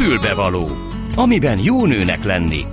Fülbevaló, amiben jó nőnek lenni.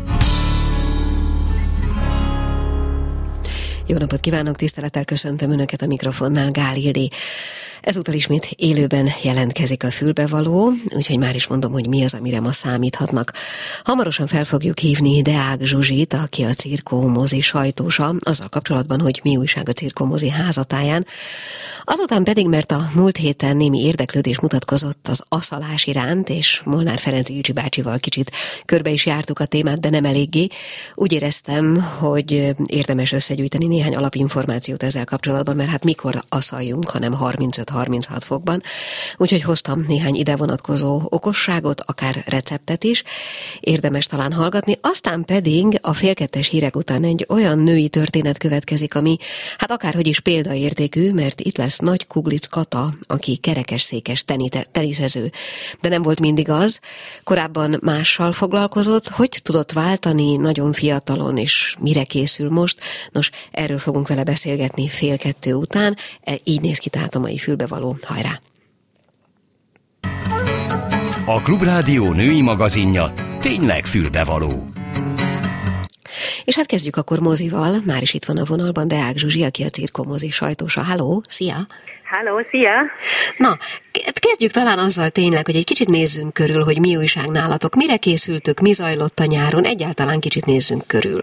Jó napot kívánok, tisztelettel köszöntöm Önöket a mikrofonnál, Gál Ildi. Ezúttal ismét élőben jelentkezik a Fülbevaló, úgyhogy már is mondom, hogy mi az, amire ma számíthatnak. Hamarosan fel fogjuk hívni Deák Zsuzsit, aki a Cirkó mozi sajtósa, azzal kapcsolatban, hogy mi újság a Cirkó mozi házatáján. Azután pedig, mert a múlt héten némi érdeklődés mutatkozott az aszalás iránt, és Molnár Ferenc Ilcsi bácsival kicsit körbe is jártuk a témát, de nem eléggé. Úgy éreztem, hogy érdemes összegyűjteni néhány alapinformációt ezzel kapcsolatban, mert hát mikor aszaljunk, hanem 35-36 fokban. Úgyhogy hoztam néhány ide vonatkozó okosságot, akár receptet is. Érdemes talán hallgatni. Aztán pedig a fél kettes hírek után egy olyan női történet következik, ami hát akárhogy is példaértékű, mert itt lesz Nagy Kuglic Kata, aki kerekesszékes teniszező. De nem volt mindig az. Korábban mással foglalkozott. Hogy tudott váltani nagyon fiatalon, és mire készül most? Nos, erről fogunk vele beszélgetni fél kettő után. Így néz ki tehát a mai Fülbevaló. Hajrá! A Klubrádió női magazinja tényleg fülbevaló. És hát kezdjük akkor mozival. Már is itt van a vonalban Deák Zsuzsi, aki a Cirkó mozi sajtósa. Halló, szia! Halló, szia! Na, kezdjük talán azzal tényleg, hogy egy kicsit nézzünk körül, hogy mi újság nálatok, mire készültök, mi zajlott a nyáron, egyáltalán kicsit nézzünk körül.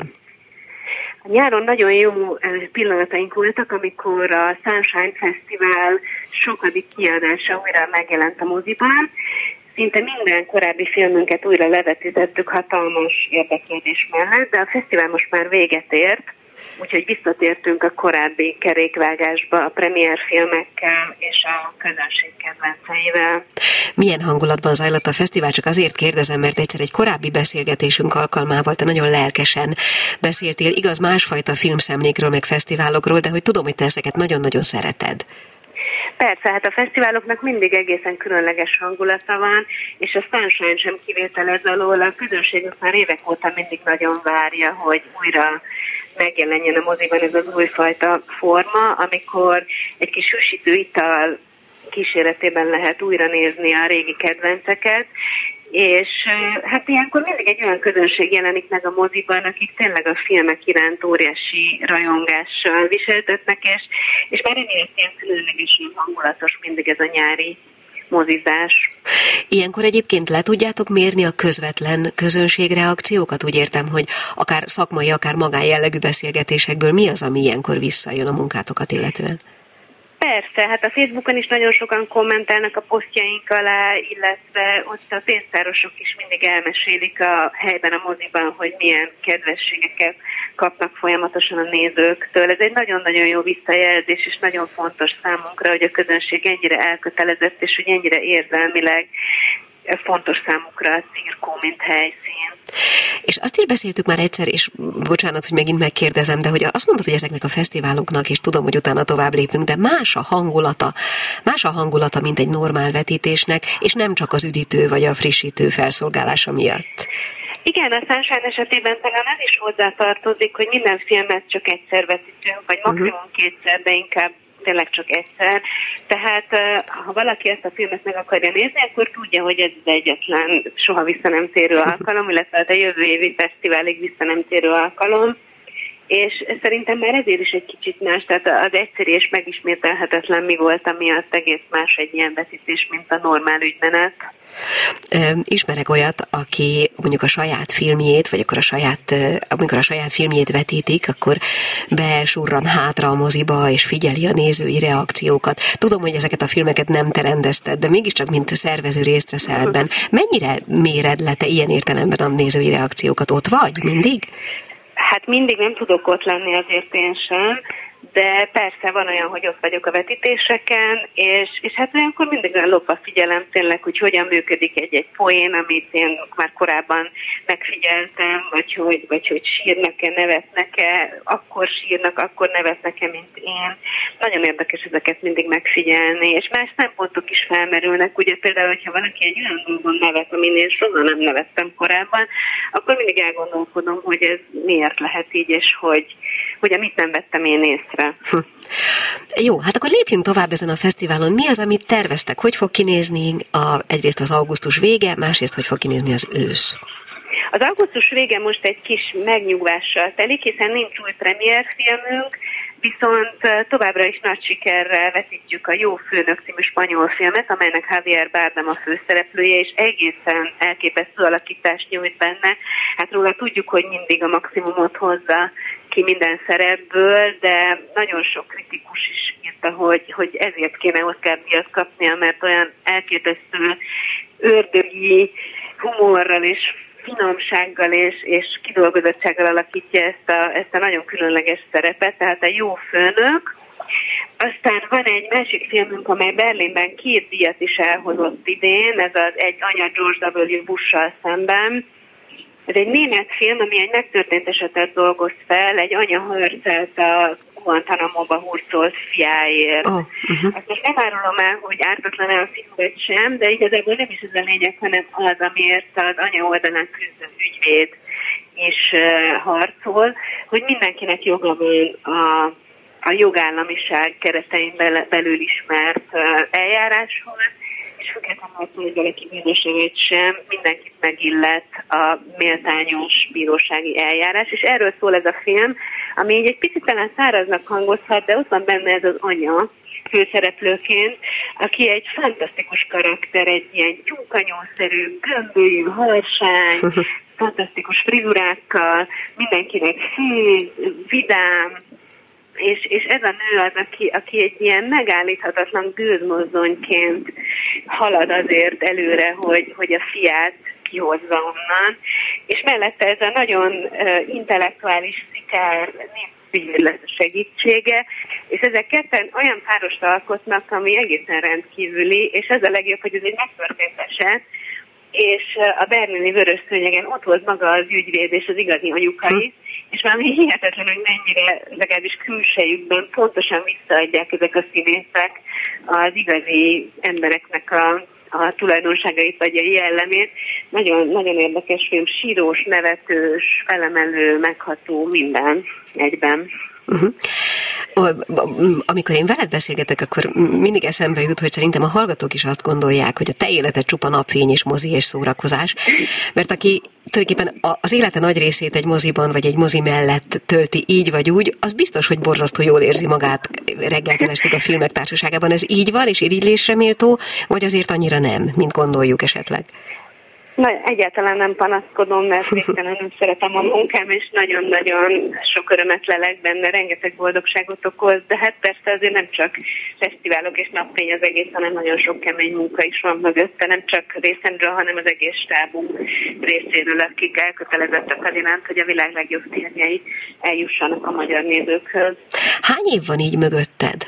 A nyáron nagyon jó pillanataink voltak, amikor a Sunshine Fesztivál sokadik kiadása újra megjelent a moziban. Szinte minden korábbi filmünket újra levetítettük hatalmas érdeklődés mellett, de a fesztivál most már véget ért, úgyhogy visszatértünk a korábbi kerékvágásba a premierfilmekkel és a közönség kedvenceivel. Milyen hangulatban zajlott a fesztivál? Csak azért kérdezem, mert egyszer egy korábbi beszélgetésünk alkalmával te nagyon lelkesen beszéltél, igaz, másfajta filmszemlékről, meg fesztiválokról, de hogy tudom, hogy te ezeket nagyon-nagyon szereted. Persze, hát a fesztiváloknak mindig egészen különleges hangulata van, és a Sunshine sem kivétel ez alól. A közönségünk már évek óta mindig nagyon várja, hogy újra megjelenjen a moziban ez az újfajta forma, amikor egy kis hűsítő ital kíséretében lehet újra nézni a régi kedvenceket, és hát ilyenkor mindig egy olyan közönség jelenik meg a moziban, akik tényleg a filmek iránt óriási rajongással viseltetnek, és már emiatt ilyen különlegesen hangulatos mindig ez a nyári mozizás. Ilyenkor egyébként le tudjátok mérni a közvetlen közönségreakciókat? Úgy értem, hogy akár szakmai, akár magánjellegű beszélgetésekből mi az, ami ilyenkor visszajön a munkátokat illetően? Persze, hát a Facebookon is nagyon sokan kommentelnek a posztjaink alá, illetve ott a pénztárosok is mindig elmesélik a helyben, a moziban, hogy milyen kedvességeket kapnak folyamatosan a nézőktől. Ez egy nagyon-nagyon jó visszajelzés, és nagyon fontos számunkra, hogy a közönség ennyire elkötelezett, és hogy ennyire érzelmileg fontos számukra a Cirkó, mint helyszín. És azt is beszéltük már egyszer, és bocsánat, hogy megint megkérdezem, de hogy azt mondod, hogy ezeknek a fesztiváloknak, és tudom, hogy utána tovább lépünk, de más a hangulata, mint egy normál vetítésnek, és nem csak az üdítő vagy a frissítő felszolgálása miatt. Igen, a Sunshine esetében talán ez is hozzátartozik, hogy minden filmet csak egyszer vetítünk, vagy maximum kétszer, de inkább tényleg csak egyszer. Tehát ha valaki ezt a filmet meg akarja nézni, akkor tudja, hogy ez az egyetlen soha vissza nem térő alkalom, illetve a jövő évi fesztiválig vissza nem térő alkalom. És szerintem már ezért is egy kicsit más, tehát az egyszerű és megismételhetetlen mi volt, ami egész más egy ilyen vetítés, mint a normál ügymenet. Ismerek olyat, aki mondjuk a saját filmjét, vagy akkor amikor a saját filmjét vetítik, akkor besurran hátra a moziba, és figyeli a nézői reakciókat. Tudom, hogy ezeket a filmeket nem te rendezted, de mégiscsak, mint szervező részt veszel ebben. Mennyire méred le te ilyen értelemben a nézői reakciókat? Ott vagy mindig? Hát mindig nem tudok ott lenni, azért én sem, de persze van olyan, hogy ott vagyok a vetítéseken, és hát olyankor mindig olyan lopva figyelem tényleg, hogy hogyan működik egy poén, amit én már korábban megfigyeltem, vagy hogy sírnak-e, nevetnek-e, akkor sírnak, akkor nevetnek-e, mint én. Nagyon érdekes ezeket mindig megfigyelni, és más szempontok is felmerülnek. Ugye például, hogyha valaki egy olyan dolgon nevet, amin én soha nem nevettem korábban, akkor mindig elgondolkodom, hogy ez miért lehet így, és hogy amit nem vettem én észre. Jó, hát akkor lépjünk tovább ezen a fesztiválon. Mi az, amit terveztek? Hogy fog kinézni egyrészt az augusztus vége, másrészt hogy fog kinézni az ősz? Az augusztus vége most egy kis megnyugvással telik, hiszen nincs új premiérfilmünk, viszont továbbra is nagy sikerrel vetítjük a Jó főnök című spanyol filmet, amelynek Javier Bardem a főszereplője, és egészen elképesztő alakítást nyújt benne. Hát róla tudjuk, hogy mindig a maximumot hozza ki minden szerepből, de nagyon sok kritikus is írta, hogy ezért kéne Oscar-díjat kapnia, mert olyan elképesztő ördögi humorral és finomsággal és kidolgozottsággal alakítja ezt a nagyon különleges szerepet, tehát a Jó főnök. Aztán van egy másik filmünk, amely Berlinben 2 díjat is elhozott idén, ez az Egy anya George W. Bush-sal szemben. Ez egy német film, ami egy megtörtént esetet dolgoz fel, egy anya harcált a Guantanamo-ba hurcolt fiáért. Azt most nem árulom el, hogy ártatlan a film vagy sem, de igazából nem is ez a lényeg, hanem az, amiért az anya oldalán küzdő ügyvéd is harcol, hogy mindenkinek joga van a jogállamiság keretein belül ismert eljáráshoz, és függetlenül, hogy valaki bűnöse vagy sem, mindenkit megillet a méltányos bírósági eljárás, és erről szól ez a film, ami így egy picit talán száraznak hangozhat, de ott van benne ez az anya főszereplőként, aki egy fantasztikus karakter, egy ilyen tyúkanyószerű, gömbölyű, harsány, fantasztikus frizurákkal, mindenkinek hű, vidám, és ez a nő az, aki egy ilyen megállíthatatlan gőzmozdonyként halad azért előre, hogy a fiát kihozza onnan, és mellette ez a nagyon intellektuális szikár segítsége, és ezek ketten olyan párost alkotnak, ami egészen rendkívüli, és ez a legjobb, hogy ez egy megtörtént eset, és a berlini Vörös-szőnyegen ott volt maga az ügyvéd és az igazi anyuka is, és valami hihetetlen, hogy mennyire legalábbis külsejükben pontosan visszaadják ezek a színészek az igazi embereknek a tulajdonságait vagy a jellemét. Nagyon, nagyon érdekes film, sírós, nevetős, felemelő, megható, minden egyben. Amikor én veled beszélgetek, akkor mindig eszembe jut, hogy szerintem a hallgatók is azt gondolják, hogy a te életed csupa napfény és mozi és szórakozás, mert aki tulajdonképpen az élete nagy részét egy moziban vagy egy mozi mellett tölti így vagy úgy, az biztos, hogy borzasztó jól érzi magát reggeltől estig a filmek társaságában. Ez így van, és irigylésre méltó, vagy azért annyira nem, mint gondoljuk esetleg? Na, egyáltalán nem panaszkodom, mert végtelenül szeretem a munkám, és nagyon-nagyon sok örömet lelek benne, rengeteg boldogságot okoz, de hát persze azért nem csak fesztiválok és napfény az egész, hanem nagyon sok kemény munka is van mögötte, nem csak részemről, hanem az egész stábunk részéről, akik elkötelezettek az iránt, hogy a világ legjobb filmjei eljussanak a magyar nézőkhöz. Hány év van így mögötted?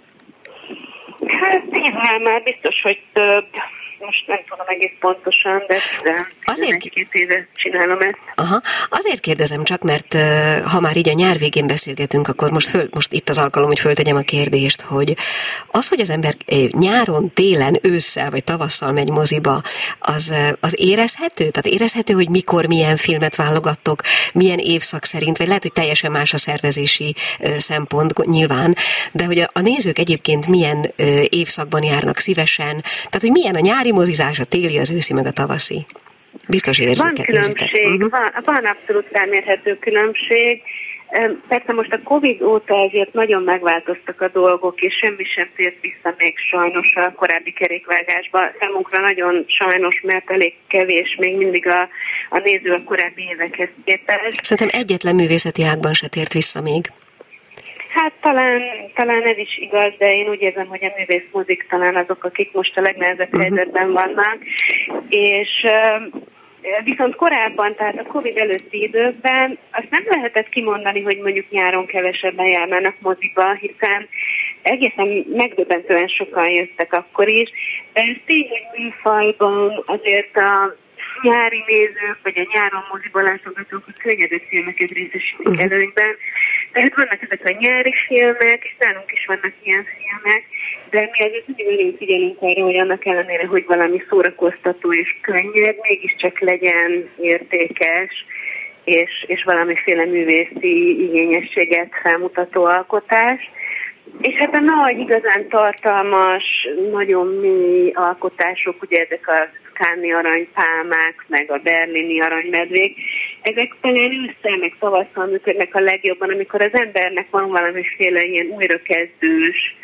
Hát évvel már biztos, hogy több. Most nem tudom egész pontosan, de egy-két éve csinálom ezt. Aha. Azért kérdezem csak, mert ha már így a nyár végén beszélgetünk, akkor most itt az alkalom, hogy föltegyem a kérdést, hogy az ember nyáron, télen, ősszel vagy tavasszal megy moziba, az érezhető? Tehát érezhető, hogy mikor milyen filmet válogattok, milyen évszak szerint, vagy lehet, hogy teljesen más a szervezési szempont nyilván, de hogy a nézők egyébként milyen évszakban járnak szívesen, tehát hogy milyen a nyári mozizás, a téli, az őszi, meg a tavaszi. Biztos érzitek. Van különbség, van abszolút felmérhető különbség. Persze most a Covid óta azért nagyon megváltoztak a dolgok, és semmi sem tért vissza még sajnos a korábbi kerékvágásba. Számunkra nagyon sajnos, mert elég kevés még mindig a néző a korábbi évekhez képest. Szerintem egyetlen művészeti ágban se tért vissza még. Hát talán ez is igaz, de én úgy érzem, hogy a művészmozik talán azok, akik most a legnehezebb helyzetben vannak, és viszont korábban, tehát a Covid előtti időkben azt nem lehetett kimondani, hogy mondjuk nyáron kevesebben járnának moziba, hiszen egészen megdöbbentően sokan jöttek akkor is, de ez tény, hogy műfajban azért a nyári nézők, vagy a nyáron moziban látogatók a könnyedebb filmeket részesítik előnyben. Tehát vannak ezek a nyári filmek, és nálunk is vannak ilyen filmek, de mi azért mindig nagyon figyelünk arra, hogy annak ellenére, hogy valami szórakoztató és könnyed, mégiscsak legyen értékes, és valamiféle művészi igényességet felmutató alkotás. És hát a nagy, igazán tartalmas, nagyon mély alkotások, ugye ezek a Cannes-i aranypálmák, meg a berlini aranymedvék, ezek talán ősszel, meg tavasszal működnek a legjobban, amikor az embernek van valamiféle ilyen újrakezdős,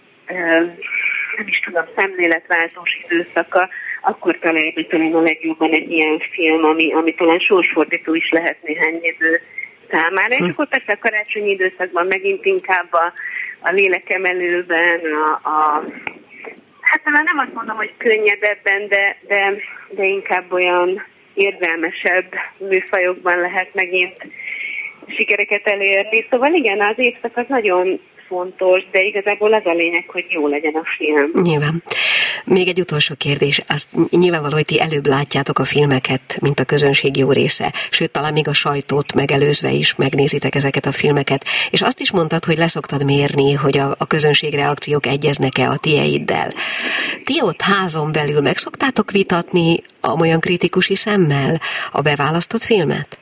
nem is tudom, szemléletváltós időszaka, akkor találja talán a legjobban egy ilyen film, ami talán sorsfordító is lehet néhány idő számára. És akkor persze a karácsonyi időszakban megint inkább a lélekemelőben, hát talán nem azt mondom, hogy könnyedebben, de inkább olyan érzelmesebb műfajokban lehet megint sikereket elérni. Szóval igen, az évszak az nagyon fontos, de igazából az a lényeg, hogy jó legyen a film. Nyilván. Még egy utolsó kérdés. Azt nyilvánvaló, hogy ti előbb látjátok a filmeket, mint a közönség jó része. Sőt, talán még a sajtót megelőzve is megnézitek ezeket a filmeket. És azt is mondtad, hogy leszoktad mérni, hogy a közönség reakciók egyeznek-e a tieiddel. Ti ott házon belül meg szoktátok vitatni olyan kritikusi szemmel a beválasztott filmet?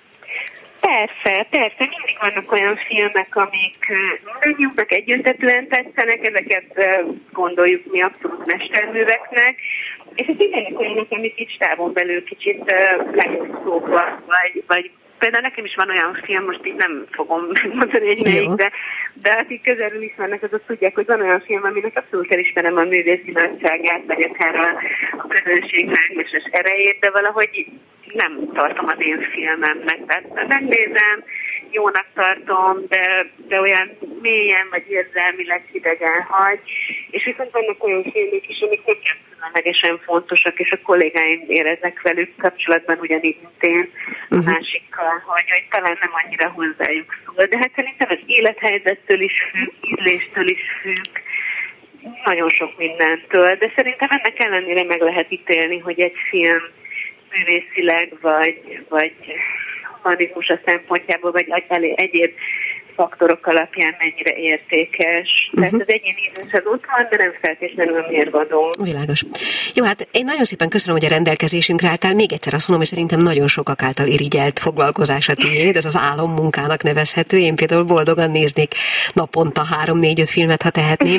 Persze, mindig vannak olyan filmek, amik mindannyiunknak egyöntetően tetszenek, ezeket gondoljuk mi abszolút mesterműveknek, és ez mindenik olyanok, amit itt távon belül kicsit megosztók, vagy például nekem is van olyan film, most így nem fogom megmondani egy melyik, de akik közelül ismernek, azok tudják, hogy van olyan film, aminek abszolút elismerem a művészi nagyságát, vagy akár a közönség mágneses erejét, de valahogy nem tartom az én filmemnek. Tehát megnézem, jónak tartom, de olyan mélyen vagy érzelmileg hidegen hagy. És viszont vannak olyan filmek is, amik nekem különlegesen fontosak, és a kollégáim éreznek velük kapcsolatban ugyanígy, mint én a másikkal, hogy talán nem annyira hozzájuk szól. De hát szerintem az élethelyzettől is függ, ízléstől is függ, nagyon sok mindentől, de szerintem ennek ellenére meg lehet ítélni, hogy egy film művészileg, vagy humanizmusa szempontjából, vagy egyéb faktorok alapján mennyire értékes. Tehát az egyéni ízlés az ott van, de nem feltétlenül a mérvadó. Világos. Jó, hát én nagyon szépen köszönöm, hogy a rendelkezésünkre álltál. Még egyszer azt mondom, hogy szerintem nagyon sokak által irigyelt foglalkozás a tiéd, ez az álommunkának nevezhető. Én például boldogan néznék naponta 3-4-5 filmet, ha tehetném.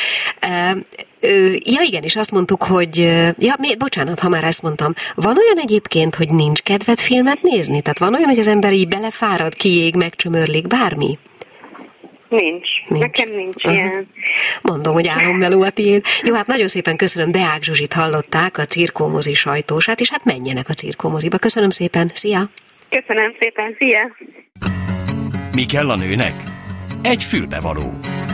Ja igen, és azt mondtuk, hogy... bocsánat, ha már ezt mondtam. Van olyan egyébként, hogy nincs kedved filmet nézni? Tehát van olyan, hogy az ember így belefárad, kiég, megcsömörlik, bármi? Nincs. Nekem nincs ilyen. Mondom, hogy álommeló a tiéd. Jó, hát nagyon szépen köszönöm, Deák Zsuzsit hallották, a Cirkó mozi sajtósát, és hát menjenek a Cirkó moziba. Köszönöm szépen, szia! Köszönöm szépen, szia! Mi kell a nőnek? Egy fülbevaló.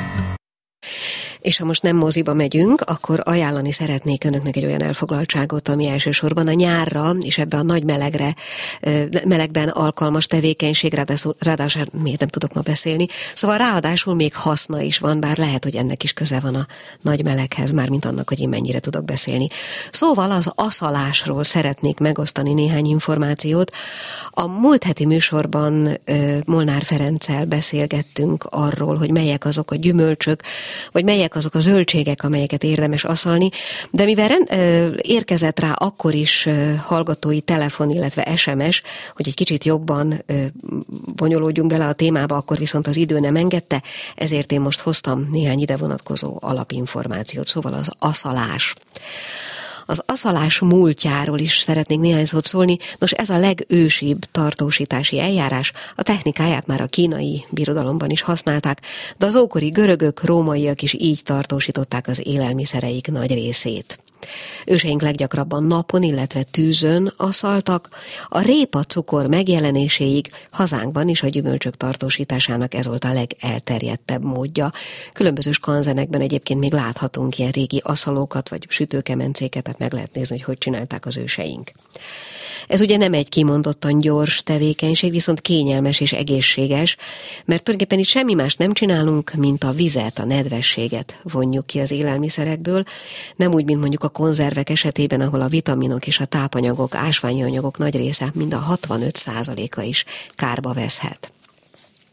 És ha most nem moziba megyünk, akkor ajánlani szeretnék önöknek egy olyan elfoglaltságot, ami elsősorban a nyárra és ebben a nagy melegben alkalmas tevékenység, ráadásul miért nem tudok ma beszélni, szóval ráadásul még haszna is van, bár lehet, hogy ennek is köze van a nagy meleghez, mármint annak, hogy én mennyire tudok beszélni. Szóval az aszalásról szeretnék megosztani néhány információt. A múlt heti műsorban Molnár Ferenccel beszélgettünk arról, hogy melyek azok a gyümölcsök, vagy melyek azok a zöldségek, amelyeket érdemes aszalni, de mivel érkezett rá akkor is hallgatói telefon, illetve SMS, hogy egy kicsit jobban bonyolódjunk bele a témába, akkor viszont az idő nem engedte, ezért én most hoztam néhány ide vonatkozó alapinformációt, szóval az aszalás. Az aszalás múltjáról is szeretnék néhány szót szólni. Nos, ez a legősibb tartósítási eljárás, a technikáját már a kínai birodalomban is használták, de az ókori görögök, rómaiak is így tartósították az élelmiszereik nagy részét. Őseink leggyakrabban napon, illetve tűzön aszaltak. A répacukor megjelenéséig hazánkban is a gyümölcsök tartósításának ez volt a legelterjedtebb módja. Különböző skanzenekben egyébként még láthatunk ilyen régi aszalókat, vagy sütőkemencéket, tehát meg lehet nézni, hogy csinálták az őseink. Ez ugye nem egy kimondottan gyors tevékenység, viszont kényelmes és egészséges, mert tulajdonképpen itt semmi más nem csinálunk, mint a vizet, a nedvességet vonjuk ki az élelmiszerekből, nem úgy, mint mondjuk a konzervek esetében, ahol a vitaminok és a tápanyagok, ásványi anyagok nagy része, mind a 65%-a is kárba veszhet.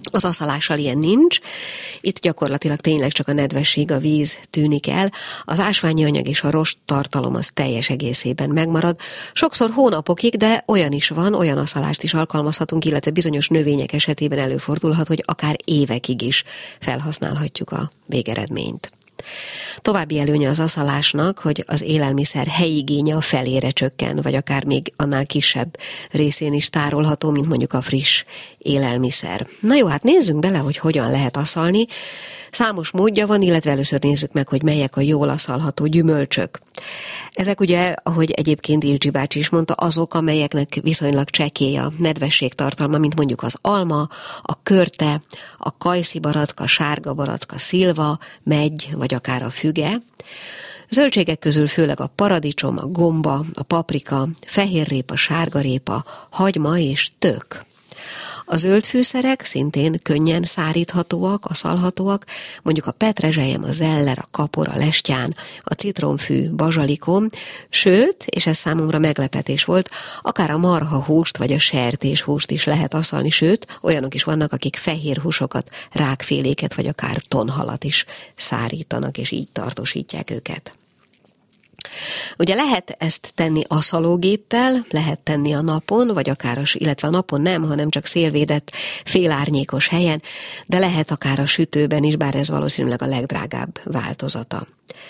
Az aszalással ilyen nincs, itt gyakorlatilag tényleg csak a nedvesség, a víz tűnik el, az ásványi anyag és a rost tartalom az teljes egészében megmarad. Sokszor hónapokig, de olyan is van, olyan aszalást is alkalmazhatunk, illetve bizonyos növények esetében előfordulhat, hogy akár évekig is felhasználhatjuk a végeredményt. További előnye az aszalásnak, hogy az élelmiszer helyigénye a felére csökken, vagy akár még annál kisebb részén is tárolható, mint mondjuk a friss élelmiszer. Na jó, hát nézzünk bele, hogy hogyan lehet aszalni. Számos módja van, illetve először nézzük meg, hogy melyek a jól aszalható gyümölcsök. Ezek ugye, ahogy egyébként Ilcsi bácsi is mondta, azok, amelyeknek viszonylag csekély a nedvesség tartalma, mint mondjuk az alma, a körte, a kajszi barack, a sárga barack, a szilva, meggy, vagy akár a füge. Zöldségek közül főleg a paradicsom, a gomba, a paprika, fehérrépa, sárgarépa, hagyma és tök. A zöld fűszerek szintén könnyen száríthatóak, aszalhatóak, mondjuk a petrezselyem, a zeller, a kapor, a lestyán, a citromfű, bazsalikom, sőt, és ez számomra meglepetés volt, akár a marhahúst vagy a sertéshúst is lehet aszalni, sőt, olyanok is vannak, akik fehér húsokat, rákféléket vagy akár tonhalat is szárítanak, és így tartósítják őket. Ugye lehet ezt tenni aszalógéppel, lehet tenni a napon, vagy akár, illetve a napon nem, hanem csak szélvédett, félárnyékos helyen, de lehet akár a sütőben is, bár ez valószínűleg a legdrágább változata.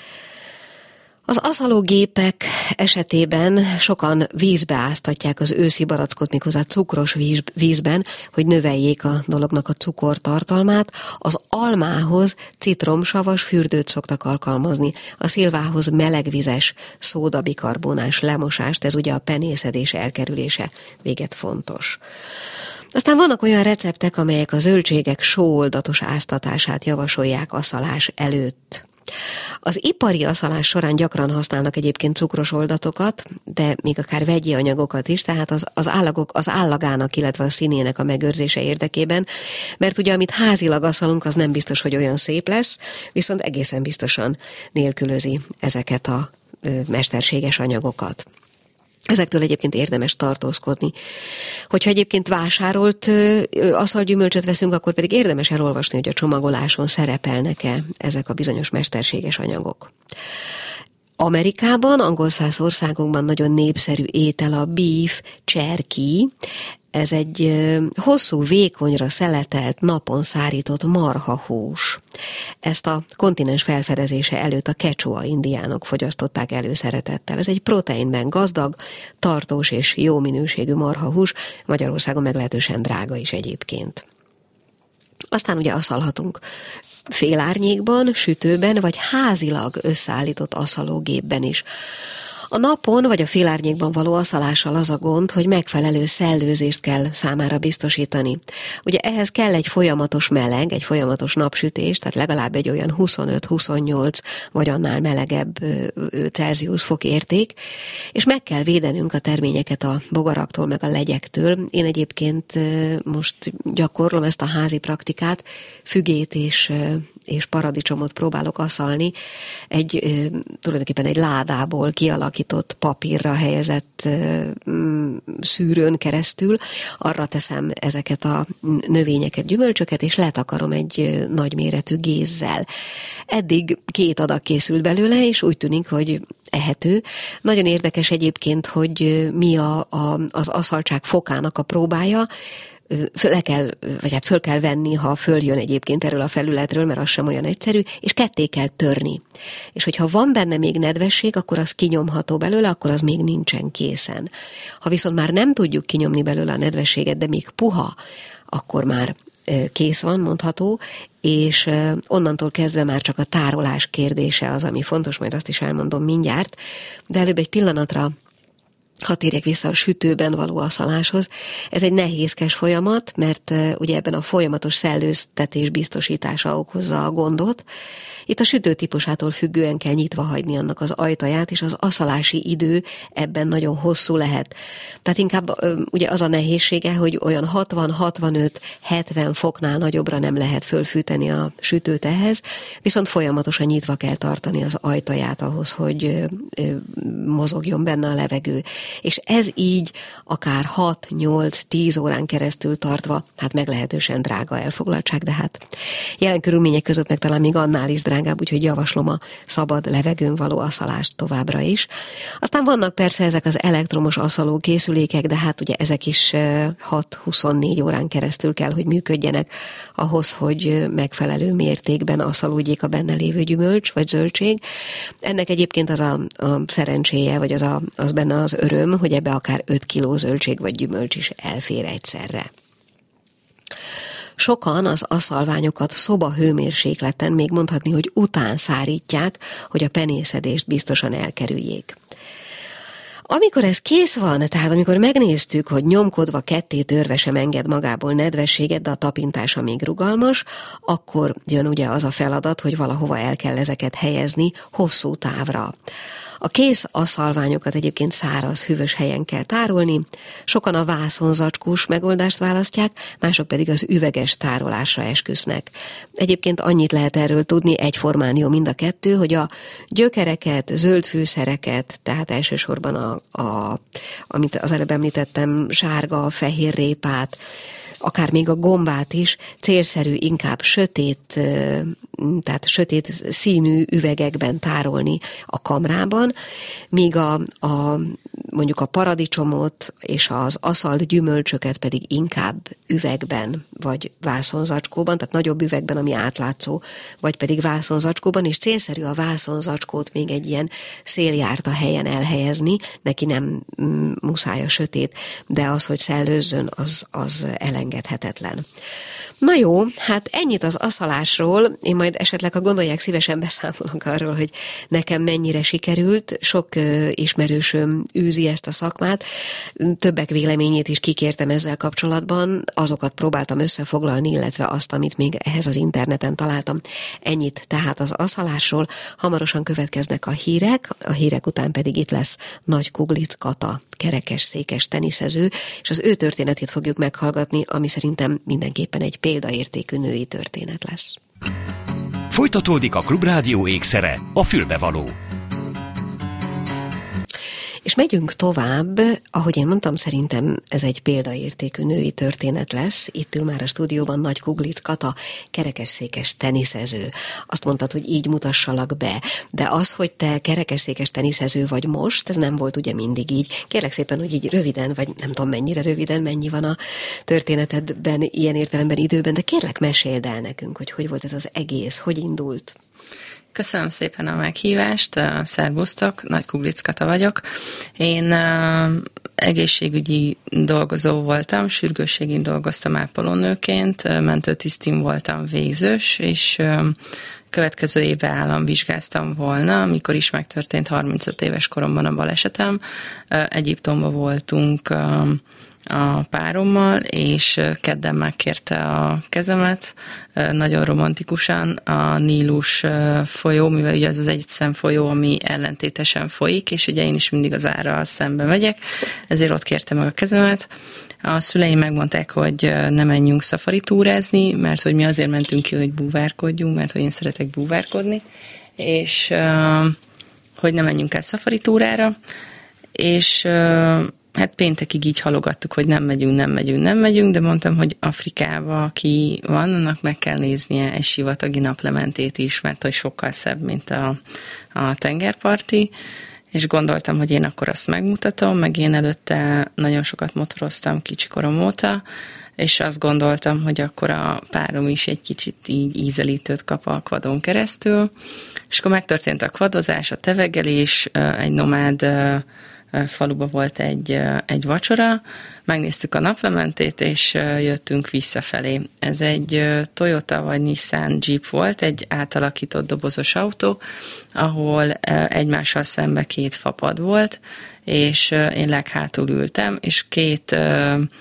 Az aszalógépek esetében sokan vízbe áztatják az őszi barackot, méghozzá cukros vízben, hogy növeljék a dolognak a cukortartalmát. Az almához citromsavas fürdőt szoktak alkalmazni, a szilvához melegvizes, szódabikarbonás lemosást, ez ugye a penészedés elkerülése véget fontos. Aztán vannak olyan receptek, amelyek a zöldségek sóoldatos áztatását javasolják aszalás előtt. Az ipari aszalás során gyakran használnak egyébként cukros oldatokat, de még akár vegyi anyagokat is, tehát az állagának, illetve a színének a megőrzése érdekében, mert ugye amit házilag aszalunk, az nem biztos, hogy olyan szép lesz, viszont egészen biztosan nélkülözi ezeket a mesterséges anyagokat. Ezektől egyébként érdemes tartózkodni. Hogyha egyébként vásárolt aszalgyümölcsöt veszünk, akkor pedig érdemes elolvasni, hogy a csomagoláson szerepelnek-e ezek a bizonyos mesterséges anyagok. Amerikában, angolszász országokban nagyon népszerű étel a beef jerky. Ez egy hosszú, vékonyra szeletelt, napon szárított marhahús. Ezt a kontinens felfedezése előtt a Quechua indiánok fogyasztották előszeretettel. Ez egy proteinben gazdag, tartós és jó minőségű marhahús, Magyarországon meglehetősen drága is egyébként. Aztán ugye aszalhatunk félárnyékban, sütőben, vagy házilag összeállított aszalógépben is. A napon vagy a félárnyékban való aszalással az a gond, hogy megfelelő szellőzést kell számára biztosítani. Ugye ehhez kell egy folyamatos meleg, egy folyamatos napsütés, tehát legalább egy olyan 25-28 vagy annál melegebb Celsius fok érték, és meg kell védenünk a terményeket a bogaraktól, meg a legyektől. Én egyébként most gyakorlom ezt a házi praktikát, fügét és paradicsomot próbálok aszalni, tulajdonképpen egy ládából kialakított papírra helyezett szűrőn keresztül. Arra teszem ezeket a növényeket, gyümölcsöket, és letakarom egy nagyméretű gézzel. Eddig 2 adag készült belőle, és úgy tűnik, hogy ehető. Nagyon érdekes egyébként, hogy mi az aszaltság fokának a próbája. Föl kell venni, ha följön egyébként erről a felületről, mert az sem olyan egyszerű, és ketté kell törni. És hogyha van benne még nedvesség, akkor az kinyomható belőle, akkor az még nincsen készen. Ha viszont már nem tudjuk kinyomni belőle a nedvességet, de még puha, akkor már kész van, mondható, és onnantól kezdve már csak a tárolás kérdése az, ami fontos, majd azt is elmondom mindjárt, de előbb egy pillanatra hadd térjek vissza a sütőben való aszaláshoz. Ez egy nehézkes folyamat, mert ugye ebben a folyamatos szellőztetés biztosítása okozza a gondot. Itt a sütő típusától függően kell nyitva hagyni annak az ajtaját, és az aszalási idő ebben nagyon hosszú lehet. Tehát inkább ugye az a nehézsége, hogy olyan 60-65-70 foknál nagyobbra nem lehet fölfűteni a sütőt ehhez, viszont folyamatosan nyitva kell tartani az ajtaját ahhoz, hogy mozogjon benne a levegő. és ez így akár 6-8-10 órán keresztül tartva, hát meglehetősen drága elfoglaltság, de hát jelen körülmények között meg talán még annál is drágább, úgyhogy javaslom a szabad levegőn való aszalást továbbra is. Aztán vannak persze ezek az elektromos aszaló készülékek, de hát ugye ezek is 6-24 órán keresztül kell, hogy működjenek ahhoz, hogy megfelelő mértékben aszalódjék a benne lévő gyümölcs vagy zöldség. Ennek egyébként az a szerencséje, vagy az benne az öröm, hogy ebbe akár 5 kiló zöldség vagy gyümölcs is elfér egyszerre. Sokan az aszalványokat szobahőmérsékleten, még mondhatni, hogy után szárítják, hogy a penészedést biztosan elkerüljék. Amikor ez kész van, tehát amikor megnéztük, hogy nyomkodva ketté törve sem enged magából nedvességet, de a tapintása még rugalmas, akkor jön ugye az a feladat, hogy valahova el kell ezeket helyezni hosszú távra. A kész aszalványokat egyébként száraz, hűvös helyen kell tárolni, sokan a vászonzacskós megoldást választják, mások pedig az üveges tárolásra esküsznek. Egyébként annyit lehet erről tudni, egyformán jó mind a kettő, hogy a gyökereket, zöld fűszereket, tehát elsősorban amit az előbb említettem, sárga, fehér répát, akár még a gombát is célszerű inkább sötét színű üvegekben tárolni a kamrában, míg mondjuk a paradicsomot és az aszalt gyümölcsöket pedig inkább üvegben vagy vászonzacskóban, tehát nagyobb üvegben, ami átlátszó, vagy pedig vászonzacskóban, és célszerű a vászonzacskót még egy ilyen széljárta helyen elhelyezni, neki nem muszáj a sötét, de az, hogy szellőzzön, az elengedhetetlen. Na jó, hát ennyit az aszalásról, én majd esetleg, ha gondolják, szívesen beszámolok arról, hogy nekem mennyire sikerült, sok ismerősöm űzi ezt a szakmát, többek véleményét is kikértem ezzel kapcsolatban, azokat próbáltam összefoglalni, illetve azt, amit még ehhez az interneten találtam. Ennyit tehát az aszalásról, hamarosan következnek a hírek után pedig itt lesz Nagy Kuglic Kata, kerekesszékes teniszező, és az ő történetét fogjuk meghallgatni, ami szerintem mindenképpen egy példaértékű női történet lesz. Folytatódik a Klubrádió ékszere, a fülbevaló. És megyünk tovább, ahogy én mondtam, szerintem ez egy példaértékű női történet lesz. Itt ül már a stúdióban Nagy Kuglic Kata, kerekesszékes teniszező. Azt mondtad, hogy így mutassalak be, de az, hogy te kerekesszékes teniszező vagy most, ez nem volt ugye mindig így. Kérlek szépen, hogy így röviden, vagy nem tudom mennyire röviden, mennyi van a történetedben, ilyen értelemben időben, de kérlek meséld el nekünk, hogy volt ez az egész, hogy indult. Köszönöm szépen a meghívást, szervusztok, Nagy Kuglic Kata vagyok. Én egészségügyi dolgozó voltam, sürgősségén dolgoztam ápolónőként, mentőtisztin voltam végzős, és következő évben államvizsgáztam volna, amikor is megtörtént 35 éves koromban a balesetem. Egyiptomban voltunk a párommal, és kedden megkérte a kezemet, nagyon romantikusan a Nílus folyó, mivel ugye az egyszem folyó, ami ellentétesen folyik, és ugye én is mindig az árral szembe megyek, ezért ott kérte meg a kezemet. A szüleim megmondták, hogy ne menjünk szafari túrázni, mert hogy mi azért mentünk ki, hogy búvárkodjunk, mert hogy én szeretek búvárkodni, és hogy ne menjünk el szafari túrára, és hát péntekig így halogattuk, hogy nem megyünk, de mondtam, hogy Afrikába, aki van, annak meg kell néznie egy sivatagi naplementét is, mert hogy sokkal szebb, mint a tengerparti, és gondoltam, hogy én akkor azt megmutatom, meg én előtte nagyon sokat motoroztam kicsikorom óta, és azt gondoltam, hogy akkor a párom is egy kicsit így ízelítőt kap a quadon keresztül, és akkor megtörtént a quadozás, a tevegelés, egy nomád faluba volt egy vacsora, megnéztük a naplementét, és jöttünk visszafelé. Ez egy Toyota vagy Nissan Jeep volt, egy átalakított dobozos autó, ahol egymással szembe 2 fapad volt, és én leghátul ültem, és 2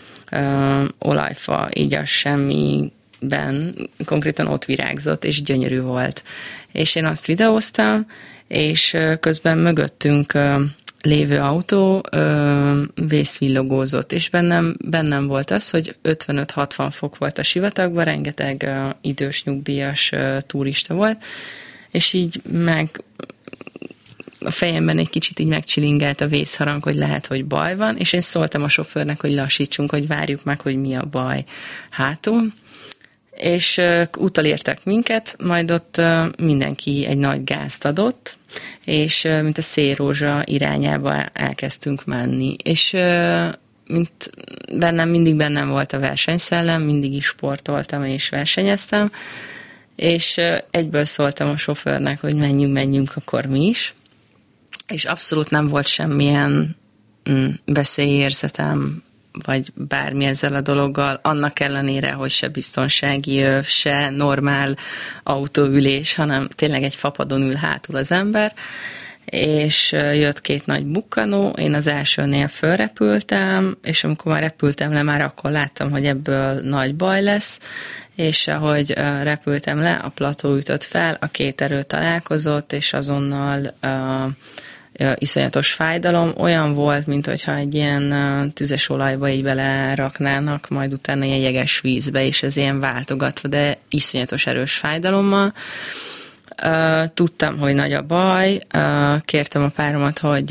olajfa így a semmiben konkrétan ott virágzott, és gyönyörű volt. És én azt videóztam, és közben mögöttünk lévő autó vészvillogózott, és bennem volt az, hogy 55-60 fok volt a sivatagban, rengeteg idős nyugdíjas turista volt, és így a fejemben egy kicsit így megcsilingelt a vészharang, hogy lehet, hogy baj van, és én szóltam a sofőrnek, hogy lassítsunk, hogy várjuk meg, hogy mi a baj hátul. És utolértek minket, majd ott mindenki egy nagy gázt adott, és mint a szélrózsa irányába elkezdtünk menni. És mint mindig bennem volt a versenyszellem, mindig is sportoltam és versenyeztem, és egyből szóltam a sofőrnek, hogy menjünk akkor mi is, és abszolút nem volt semmilyen veszélyérzetem, vagy bármi ezzel a dologgal, annak ellenére, hogy se biztonsági öv, se normál autóülés, hanem tényleg egy fapadon ül hátul az ember, és jött 2 nagy bukkanó, én az elsőnél fölrepültem, és amikor már repültem le, már akkor láttam, hogy ebből nagy baj lesz, és ahogy repültem le, a plató ütött fel, a 2 erő találkozott, és azonnal iszonyatos fájdalom, olyan volt, mint hogyha egy ilyen tüzes olajba így beleraknának, majd utána ilyen jeges vízbe, és ez ilyen váltogatva, de iszonyatos erős fájdalommal. Tudtam, hogy nagy a baj, kértem a páromat, hogy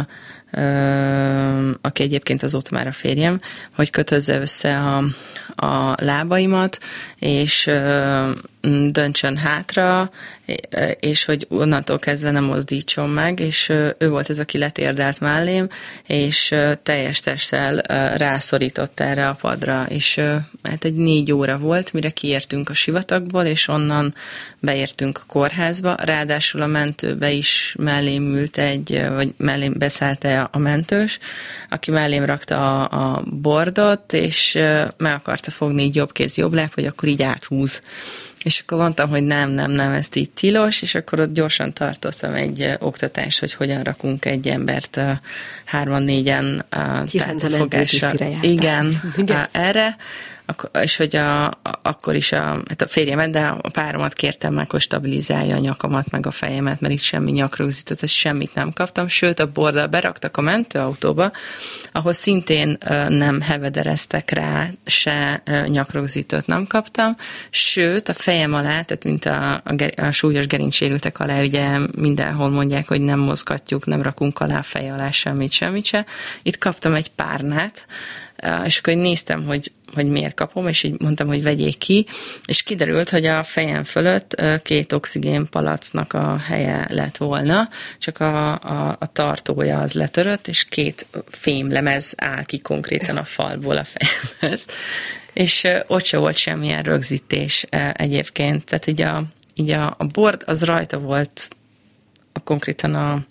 aki egyébként azóta már a férjem, hogy kötözze össze a lábaimat, és döntsön hátra, és hogy onnantól kezdve nem mozdítson meg, és ő volt ez, aki letérdelt mellém, és teljes testtel rászorított erre a padra, és hát egy 4 óra volt, mire kiértünk a sivatagból, és onnan beértünk a kórházba, ráadásul a mentőbe is mellém ült vagy mellém beszállt a mentős, aki mellém rakta a bordot, és meg akarta fogni így jobb kéz, jobb láb, hogy akkor így áthúz. És akkor mondtam, hogy nem, ezt így tilos, és akkor ott gyorsan tartottam egy oktatást, hogy hogyan rakunk egy embert 3-4-en hiszen a mentőtisztire jártál. Igen, erre, és hogy akkor is a férjemet, de a páromat kértem meg, hogy stabilizálja a nyakamat, meg a fejemet, mert itt semmi nyakrögzítőt, semmit nem kaptam, sőt a borddal beraktak a mentőautóba, ahol szintén nem hevedereztek rá, se nyakrögzítőt nem kaptam, sőt a fejem alá, tehát mint a súlyos gerincsérültek alá, ugye mindenhol mondják, hogy nem mozgatjuk, nem rakunk alá a fej alá semmit se. Itt kaptam egy párnát, és akkor néztem, hogy miért kapom, és így mondtam, hogy vegyék ki, és kiderült, hogy a fejem fölött 2 oxigénpalacnak a helye lett volna, csak a tartója az letörött, és 2 fémlemez áll ki konkrétan a falból a fejemhez. És ott se volt semmilyen rögzítés egyébként, tehát így a bord az rajta volt konkrétan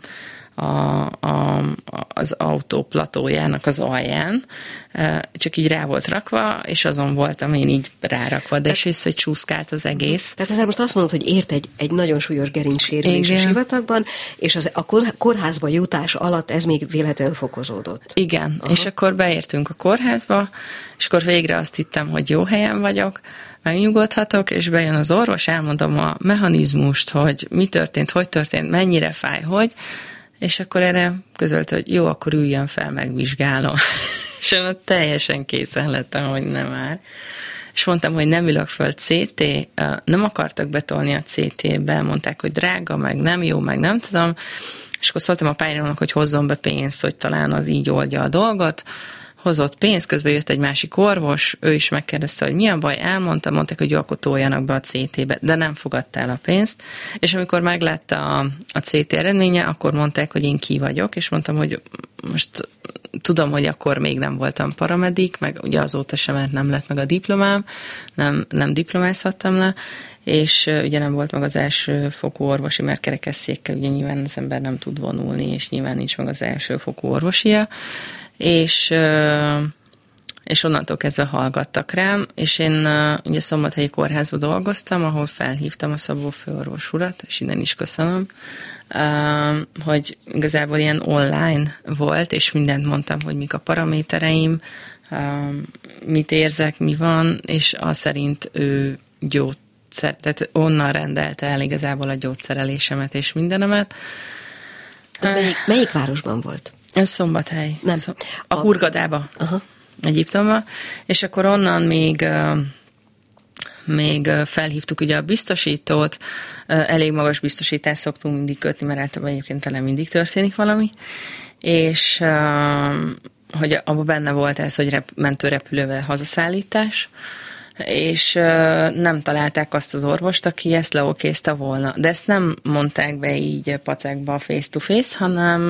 az autó platójának az alján, csak így rá volt rakva, és azon voltam én így rárakva, de és össze csúszkált az egész. Tehát ezzel most azt mondod, hogy ért egy nagyon súlyos gerincsérülés a sivatagban, és a kórházba jutás alatt ez még véletlenül fokozódott. Igen, aha. És akkor beértünk a kórházba, és akkor végre azt hittem, hogy jó helyen vagyok, megnyugodhatok, és bejön az orvos, elmondom a mechanizmust, hogy mi történt, hogy történt, mennyire fáj, hogy, és akkor erre közölt, hogy jó, akkor üljön fel, megvizsgálom. És én ott teljesen készen lettem, hogy nem már. És mondtam, hogy nem ülök föl CT, nem akartak betolni a CT-be, mondták, hogy drága, meg nem jó, meg nem tudom. És akkor szóltam a pályának, hogy hozzon be pénzt, hogy talán az így oldja a dolgot. Hozott pénzt, közben jött egy másik orvos, ő is megkérdezte, hogy mi a baj, mondták, hogy jó, akkor toljanak be a CT-be, de nem fogadta el a pénzt, és amikor meglátta a CT eredménye, akkor mondták, hogy én ki vagyok, és mondtam, hogy most tudom, hogy akkor még nem voltam paramedik, meg ugye azóta sem, mert nem lett meg a diplomám, nem diplomázhattam le, és ugye nem volt meg az elsőfokú orvosi, mert kerekesszékkel ugye nyilván az ember nem tud vonulni, és nyilván nincs meg az elsőfokú orvosia, és onnantól kezdve hallgattak rám, és én ugye Szombathelyi kórházban dolgoztam, ahol felhívtam a Szabó főorvos urat, és innen is köszönöm, hogy igazából ilyen online volt, és mindent mondtam, hogy mik a paramétereim, mit érzek, mi van, és az szerint ő tehát onnan rendelte el igazából a gyógyszerelésemet és mindenemet. Ez melyik városban volt? Ez Szombathely. Nem. A Hurgadába. Aha. Egyiptomba. És akkor onnan még még felhívtuk ugye a biztosítót, elég magas biztosítást szoktunk mindig kötni, mert általában egyébként vele mindig történik valami, és hogy abban benne volt ez, hogy mentőrepülővel hazaszállítás, és nem találták azt az orvost, aki ezt leokézte volna. De ezt nem mondták be így pacekba face-to-face,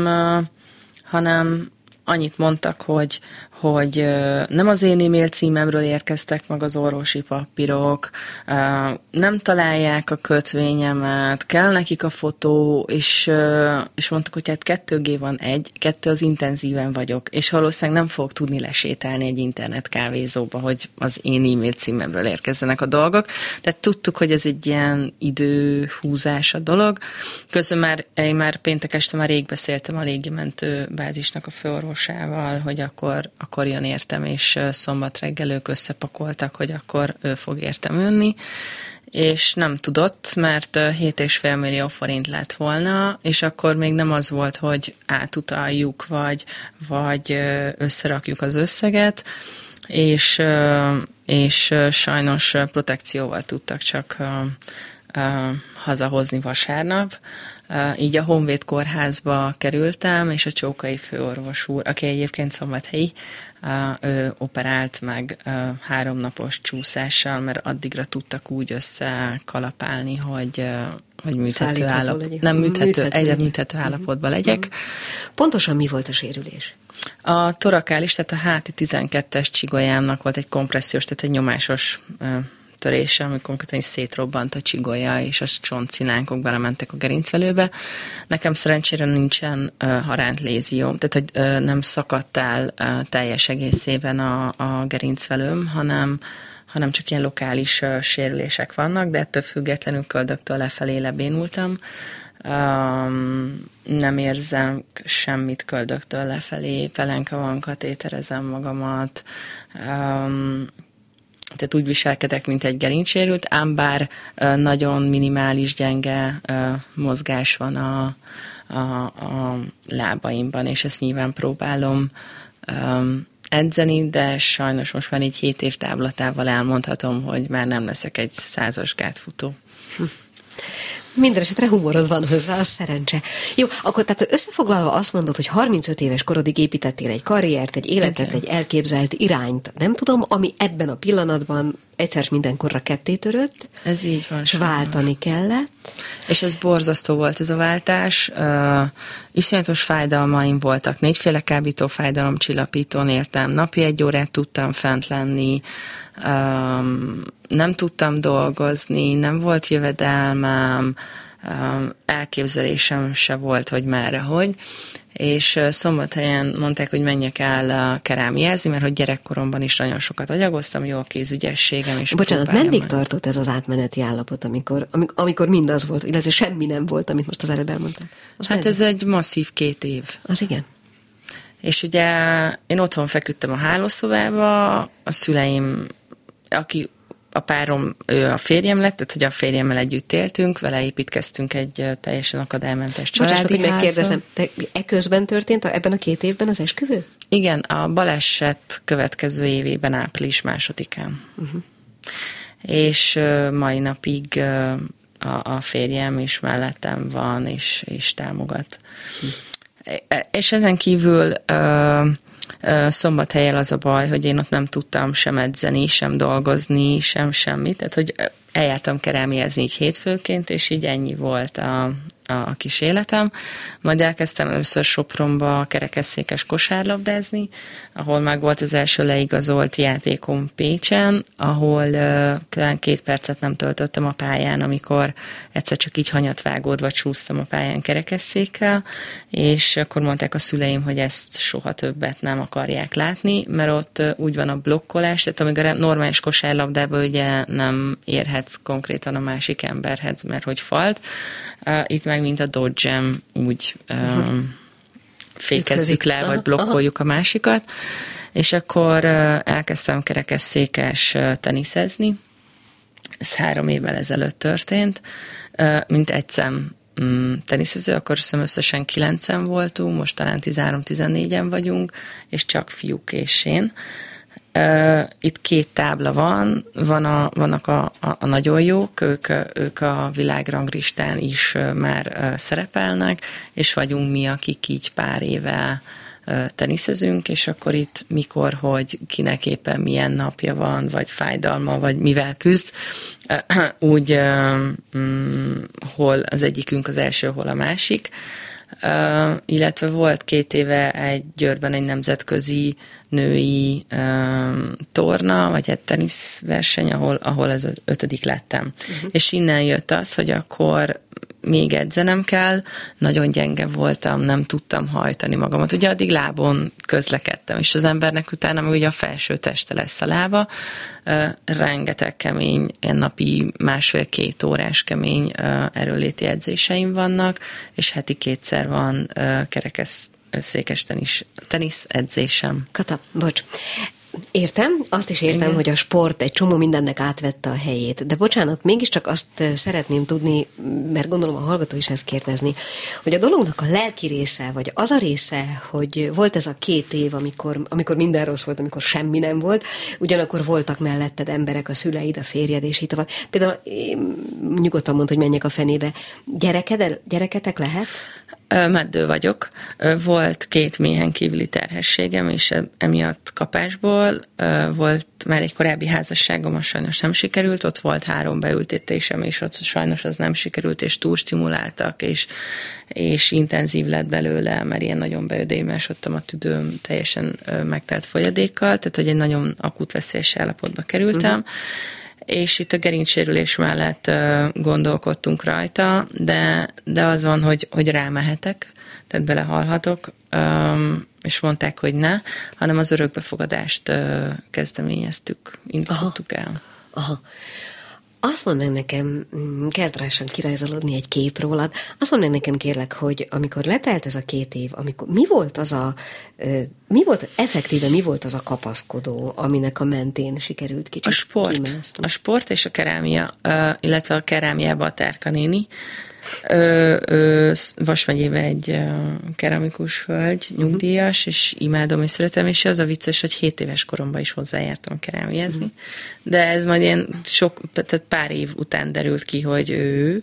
hanem annyit mondtak, hogy nem az én e-mail címemről érkeztek meg az orvosi papírok, nem találják a kötvényemet, kell nekik a fotó, és mondtuk, hogy hát 2G van 2 az intenzíven vagyok, és valószínűleg nem fogok tudni lesétálni egy internet kávézóba, hogy az én e-mail címemről érkezzenek a dolgok. Tehát tudtuk, hogy ez egy ilyen időhúzás a dolog. Közben én már péntek este már rég beszéltem a légimentő bázisnak a főorvosával, hogy akkor jön értem, és szombat reggel ők összepakoltak, hogy akkor ő fog értem jönni, és nem tudott, mert 7,5 millió forint lett volna, és akkor még nem az volt, hogy átutaljuk, vagy összerakjuk az összeget, és sajnos protekcióval tudtak csak hazahozni vasárnap. Így a Honvéd kórházba kerültem, és a Csókai főorvos úr, aki egyébként szombathelyi, ő operált meg 3 napos csúszással, mert addigra tudtak úgy összekalapálni, hogy műthető állapotban legyek. Pontosan mi volt a sérülés? A torakális, tehát a háti 12-es csigolyámnak volt egy kompressziós, tehát egy nyomásos törése, ami konkrétan is szétrobbant a csigolya, és a csontcilánkok belementek a gerincvelőbe. Nekem szerencsére nincsen haránt lézió, tehát hogy nem szakadt el teljes egészében a gerincvelőm, hanem csak ilyen lokális sérülések vannak, de ettől függetlenül köldöktől lefelé lebénultam. Nem érzem semmit köldöktől lefelé, pelenka van, katéterezem magamat, tehát úgy viselkedek, mint egy gerincsérült, ám bár nagyon minimális, gyenge mozgás van a lábaimban, és ezt nyilván próbálom edzeni, de sajnos most már így 7 év távlatával elmondhatom, hogy már nem leszek egy 100-as gátfutó. Minden esetre humorod van hozzá, az szerencse. Jó, akkor tehát összefoglalva azt mondod, hogy 35 éves korodig építettél egy karriert, egy életet, egy elképzelt irányt, nem tudom, ami ebben a pillanatban egyszer mindenkorra ketté törött. Ez így van. És váltani kellett. És ez borzasztó volt ez a váltás. Iszonyatos fájdalmaim voltak. 4 kábító fájdalomcsillapítón éltem. Napi 1 órát tudtam fent lenni. Nem tudtam dolgozni, nem volt jövedelmem, elképzelésem se volt, hogy merre, hogy. És Szombathelyen mondták, hogy menjek el kerámiázni, mert hogy gyerekkoromban is nagyon sokat agyagoztam, jó a kézügyességem. És bocsánat, meddig tartott ez az átmeneti állapot, amikor mindaz volt, illetve semmi nem volt, amit most az előbb elmondtál? Ez egy masszív 2 év. Az igen. És ugye én otthon feküdtem a hálószobába, a szüleim, a párom, ő a férjem lett, tehát hogy a férjemmel együtt éltünk, vele építkeztünk egy teljesen akadálymentes családi házon. Bocsánat, hogy megkérdezem, eközben történt ebben a 2 évben az esküvő? Igen, a baleset következő évében április 2-án. Uh-huh. És mai napig a férjem is mellettem van, és támogat. És ezen kívül Szombathelyen az a baj, hogy én ott nem tudtam sem edzeni, sem dolgozni, sem semmit. Tehát, hogy eljártam kerámiázni így hétfőként, és így ennyi volt a kis életem. Majd elkezdtem először Sopronba kerekesszékes kosárlabdázni, ahol meg volt az első leigazolt játékom Pécsen, ahol talán 2 percet nem töltöttem a pályán, amikor egyszer csak így hanyatvágódva csúsztam a pályán kerekesszékkel, és akkor mondták a szüleim, hogy ezt soha többet nem akarják látni, mert ott úgy van a blokkolás, tehát amíg a normális kosárlabdában ugye nem érhetsz konkrétan a másik emberhez, mert hogy falt, itt meg mint a Dodge-em úgy fékezzük le, vagy blokkoljuk a másikat, és akkor elkezdtem kerekesszékes teniszezni. Ez 3 évvel ezelőtt történt, mint egyszem teniszező, akkor hiszem összesen 9-en voltunk, most talán 13-14-en vagyunk, és csak fiúk és én. Itt 2 tábla vannak a nagyon jók, ők a világranglistán is már szerepelnek, és vagyunk mi, akik így pár éve teniszezünk, és akkor itt mikor, hogy kinek éppen milyen napja van, vagy fájdalma, vagy mivel küzd, úgy hol az egyikünk az első, hol a másik. Illetve volt 2 éve egy Győrben egy nemzetközi női torna, vagy egy teniszverseny, ahol az 5. lettem. És innen jött az, hogy akkor még edzenem kell, nagyon gyenge voltam, nem tudtam hajtani magamat. Ugye addig lábon közlekedtem, és az embernek utána meg ugye a felső teste lesz a lába. Rengeteg kemény, ilyen napi 1,5-2 órás kemény erőléti edzéseim vannak, és heti 2-szer van kerekesszékes tenisz edzésem. Kata, bocs. Értem, azt is értem, hogy a sport egy csomó mindennek átvette a helyét. De bocsánat, mégiscsak azt szeretném tudni, mert gondolom a hallgató is ezt kérdezni, hogy a dolognak a lelki része, vagy az a része, hogy volt ez a 2 év, amikor minden rossz volt, amikor semmi nem volt, ugyanakkor voltak melletted emberek, a szüleid, a férjed, és így tovább. Például nyugodtan mondd, hogy menjek a fenébe. Gyereketek lehet? Meddő vagyok. Volt 2 méhen kívüli terhességem, és emiatt kapásból volt már egy korábbi házasságom, az sajnos nem sikerült, ott volt 3 beültetésem, és ott sajnos az nem sikerült, és túlstimuláltak, és intenzív lett belőle, mert ilyen nagyon beödémesodtam, a tüdőm teljesen megtelt folyadékkal, tehát hogy egy nagyon akut veszélyes állapotba kerültem, és itt a gerincsérülés mellett gondolkodtunk rajta, de az van, hogy rámehetek, tehát belehalhatok, és mondták, hogy ne, hanem az örökbefogadást kezdeményeztük, indítottuk el. Aha. Azt mondd meg nekem, kezd rásan kirajzolódni egy kép rólad, azt mondd meg nekem kérlek, hogy amikor letelt ez a 2 év, mi volt az a kapaszkodó, aminek a mentén sikerült kicsit kimászni? A sport és a kerámia, illetve a kerámiába a Terka néni. Vas megyében egy keramikus hölgy, nyugdíjas, és imádom és szeretem, és az a vicces, hogy 7 éves koromban is hozzájártam kerámiázni. De ez majd ilyen tehát pár év után derült ki, hogy ő,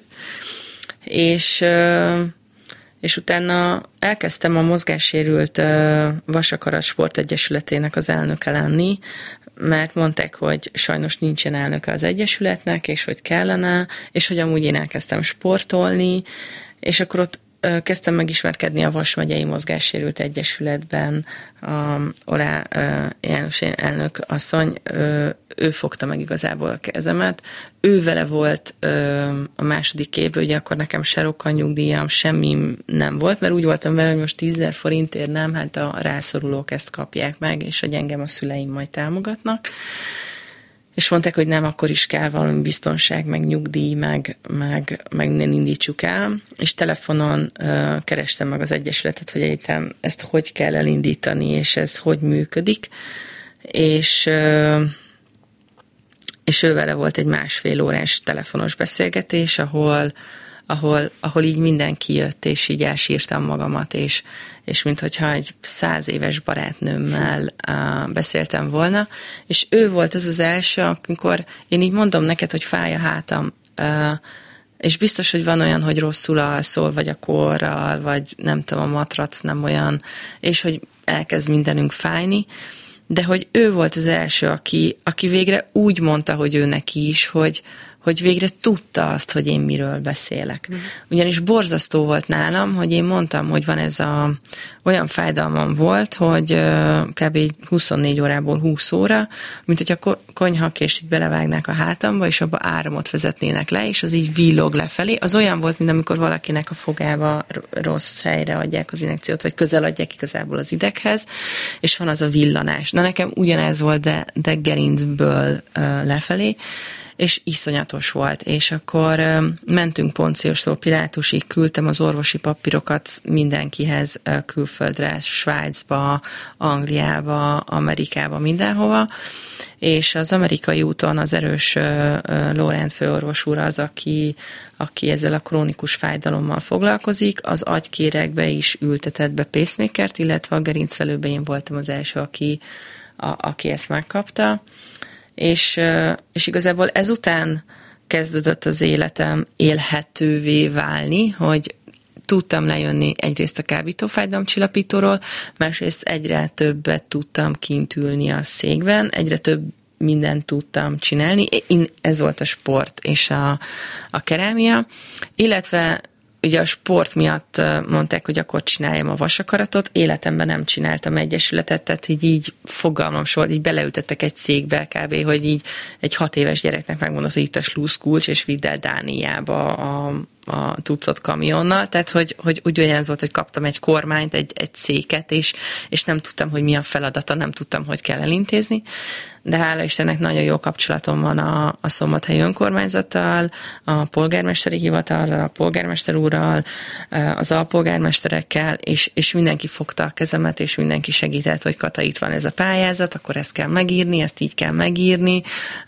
és utána elkezdtem a mozgássérült Vasakarat Sportegyesületének az elnöke lenni, mert mondták, hogy sajnos nincsen elnöke az egyesületnek, és hogy kellene, és hogy amúgy én elkezdtem sportolni, és akkor ott kezdtem megismerkedni a Vas megyei Mozgássérült Egyesületben, Olá János elnök asszony, ő fogta meg igazából a kezemet. Ő vele volt a második évben, ugye akkor nekem se rokkanyugdíjam, semmi nem volt, mert úgy voltam vele, hogy most 10 000 forintért nem, hát a rászorulók ezt kapják meg, és hogy engem a szüleim majd támogatnak. És mondták, hogy nem, akkor is kell valami biztonság, meg nyugdíj, meg nem indítsuk el. És telefonon kerestem meg az egyesületet, hogy egyetem ezt hogy kell elindítani, és ez hogy működik. És ő vele volt egy 1,5 órás telefonos beszélgetés, ahol így mindenki jött, és így elsírtam magamat, és minthogyha egy 100 éves barátnőmmel beszéltem volna, és ő volt az első, amikor én így mondom neked, hogy fáj a hátam, és biztos, hogy van olyan, hogy rosszul alszol, vagy a korral, vagy nem tudom, a matrac nem olyan, és hogy elkezd mindenünk fájni, de hogy ő volt az első, aki végre úgy mondta, hogy ő neki is, hogy végre tudta azt, hogy én miről beszélek. Ugyanis borzasztó volt nálam, hogy én mondtam, hogy van ez olyan fájdalmam volt, hogy kb. 24 órából 20 óra, mint hogy a konyhakést így belevágnák a hátamba, és abba áramot vezetnének le, és az így villog lefelé. Az olyan volt, mint amikor valakinek a fogába rossz helyre adják az injekciót, vagy közel adják igazából az ideghez, és van az a villanás. Na nekem ugyanez volt, de gerincből lefelé, és iszonyatos volt, és akkor mentünk Ponciustól Pilátusig, küldtem az orvosi papírokat mindenkihez külföldre, Svájcba, Angliába, Amerikába, mindenhova, és az amerikai úton az erős Lorent főorvos úr az, aki ezzel a krónikus fájdalommal foglalkozik, az agykéregbe is ültetett be pacemakert, illetve a gerincvelőben én voltam az első, aki ezt megkapta, és igazából ezután kezdődött az életem élhetővé válni, hogy tudtam lejönni egyrészt a kábítófájdalomcsillapítóról, másrészt egyre többet tudtam kint ülni a székben, egyre több mindent tudtam csinálni. Ez volt a sport és a kerámia, illetve ugye a sport miatt mondták, hogy akkor csináljam a vasakaratot, életemben nem csináltam egyesületet, tehát így fogalmam soha, így beleültettek egy székbe kb., hogy így egy 6 éves gyereknek megmondott, hogy itt a slusszkulcs, és vidd el Dániába a tucat kamionnal, tehát hogy ugyanaz volt, hogy kaptam egy kormányt, egy széket, és nem tudtam, hogy mi a feladata, nem tudtam, hogy kell elintézni, de hála Istennek nagyon jó kapcsolatom van a szombathelyi önkormányzattal, a polgármesteri hivatallal, a polgármester úrral, az alpolgármesterekkel, és mindenki fogta a kezemet, és mindenki segített, hogy Kata, itt van ez a pályázat, akkor ezt kell megírni, ezt így kell megírni,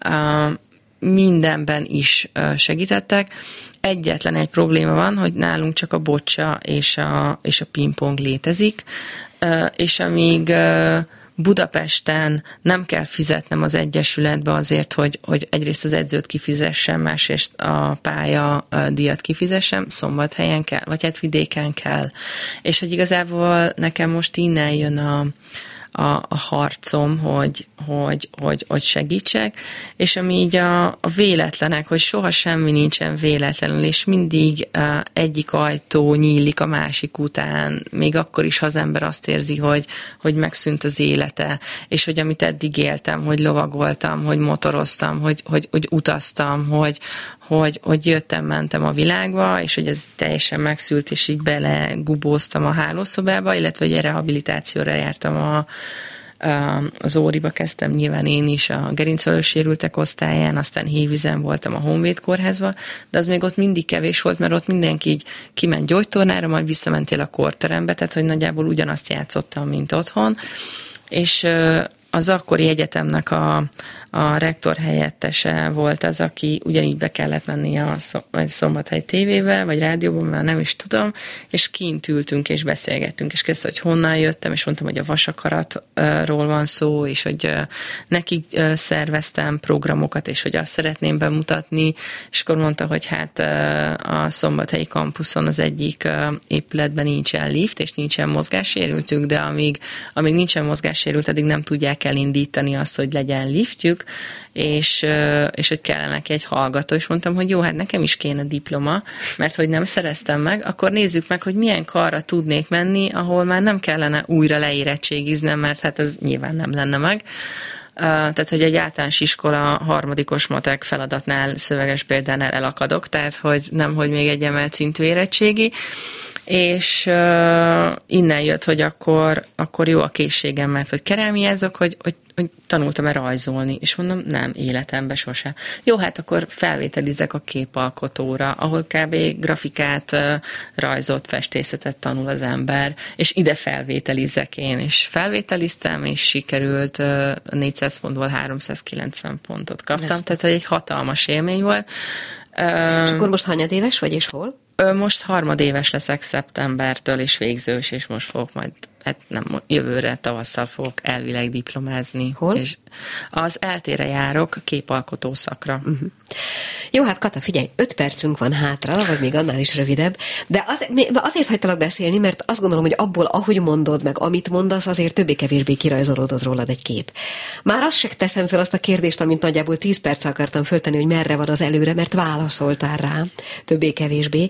mindenben is segítettek. Egyetlen egy probléma van, hogy nálunk csak a bocsa és a pingpong létezik, és amíg Budapesten nem kell fizetnem az egyesületbe azért, hogy egyrészt az edzőt kifizessem, másrészt a pálya díjat kifizessem, Szombathelyen kell, vagy hát vidéken kell. És hogy igazából nekem most innen jön a harcom, hogy segítsek, és ami így a véletlenek, hogy soha semmi nincsen véletlenül, és mindig egyik ajtó nyílik a másik után, még akkor is, ha az ember azt érzi, hogy megszűnt az élete, és hogy amit eddig éltem, hogy lovagoltam, hogy motoroztam, hogy utaztam, hogy jöttem, mentem a világba, és hogy ez teljesen megszűlt, és így belegubóztam a hálószobába, illetve hogy rehabilitációra jártam az Óriba, kezdtem nyilván én is a gerincvelő sérültek osztályán, aztán Hévízen voltam a Honvéd kórházba, de az még ott mindig kevés volt, mert ott mindenki így kiment gyógytornára, majd visszamentél a kórterembe, tehát hogy nagyjából ugyanazt játszottam, mint otthon, és az akkori egyetemnek a rektor helyettese volt az, aki ugyanígy be kellett menni a Szombathely tévébe, vagy rádióban, már nem is tudom, és kint ültünk és beszélgettünk, és kérdezte, hogy honnan jöttem, és mondtam, hogy a vasakaratról van szó, és hogy nekik szerveztem programokat, és hogy azt szeretném bemutatni, és akkor mondta, hogy hát a szombathelyi kampuszon az egyik épületben nincsen lift, és nincsen mozgássérültük, de amíg nincsen mozgássérült, addig nem tudják elindítani azt, hogy legyen liftjük, és hogy kellene neki egy hallgató, és mondtam, hogy jó, hát nekem is kéne diploma, mert hogy nem szereztem meg, akkor nézzük meg, hogy milyen karra tudnék menni, ahol már nem kellene újra leérettségiznem, mert hát ez nyilván nem lenne meg. Tehát, hogy egy általános iskola harmadikos matek feladatnál, szöveges példánál elakadok, tehát, hogy nem, hogy még egy emelt szintű érettségi, és innen jött, hogy akkor jó a készségem, mert hogy kerámiázok, hogy tanultam-e rajzolni, és mondom, nem, életemben sose. Jó, hát akkor felvételizek a képalkotóra, ahol kb. Grafikát, rajzot, festészetet tanul az ember, és ide felvételizek én, és felvételiztem, és sikerült 400 pontból 390 pontot kaptam, tehát egy hatalmas élmény volt. És akkor most hanyadéves vagy, és hol? Most harmadéves leszek szeptembertől, és végzős, és most fogok majd, hát nem, jövőre tavasszal fogok elvileg diplomázni. Hol? És az eltére járok, képalkotó szakra. Uh-huh. Jó, hát Kata, figyelj, 5 percünk van hátra, vagy még annál is rövidebb, de azért hagytalak beszélni, mert azt gondolom, hogy abból, ahogy mondod, meg amit mondasz, azért többé-kevésbé kirajzolódott rólad egy kép. Már azt se teszem fel azt a kérdést, amit nagyjából 10 perc akartam föltenni, hogy merre van az előre, mert válaszoltál rá, többé-kevésbé.